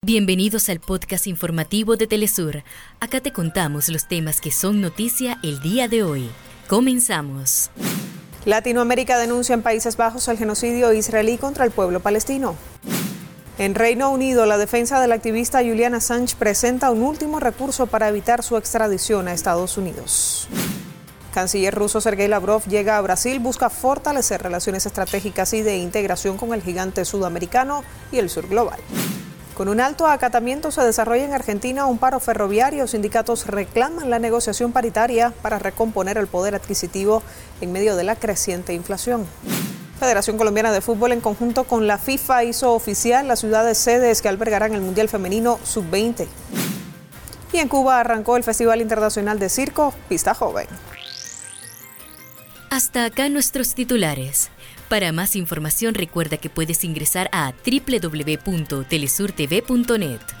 Bienvenidos al podcast informativo de Telesur. Acá te contamos los temas que son noticia el día de hoy. Comenzamos. Latinoamérica denuncia en Países Bajos el genocidio israelí contra el pueblo palestino. En Reino Unido, la defensa del activista Julian Assange presenta un último recurso para evitar su extradición a Estados Unidos. Canciller ruso Sergei Lavrov llega a Brasil, busca fortalecer relaciones estratégicas y de integración con el gigante sudamericano y el sur global. Con un alto acatamiento se desarrolla en Argentina un paro ferroviario. Sindicatos reclaman la negociación paritaria para recomponer el poder adquisitivo en medio de la creciente inflación. Federación Colombiana de Fútbol, en conjunto con la FIFA, hizo oficial las ciudades sedes que albergarán el Mundial Femenino Sub-20. Y en Cuba arrancó el Festival Internacional de Circo Pista Joven. Hasta acá nuestros titulares. Para más información recuerda que puedes ingresar a www.telesurtv.net.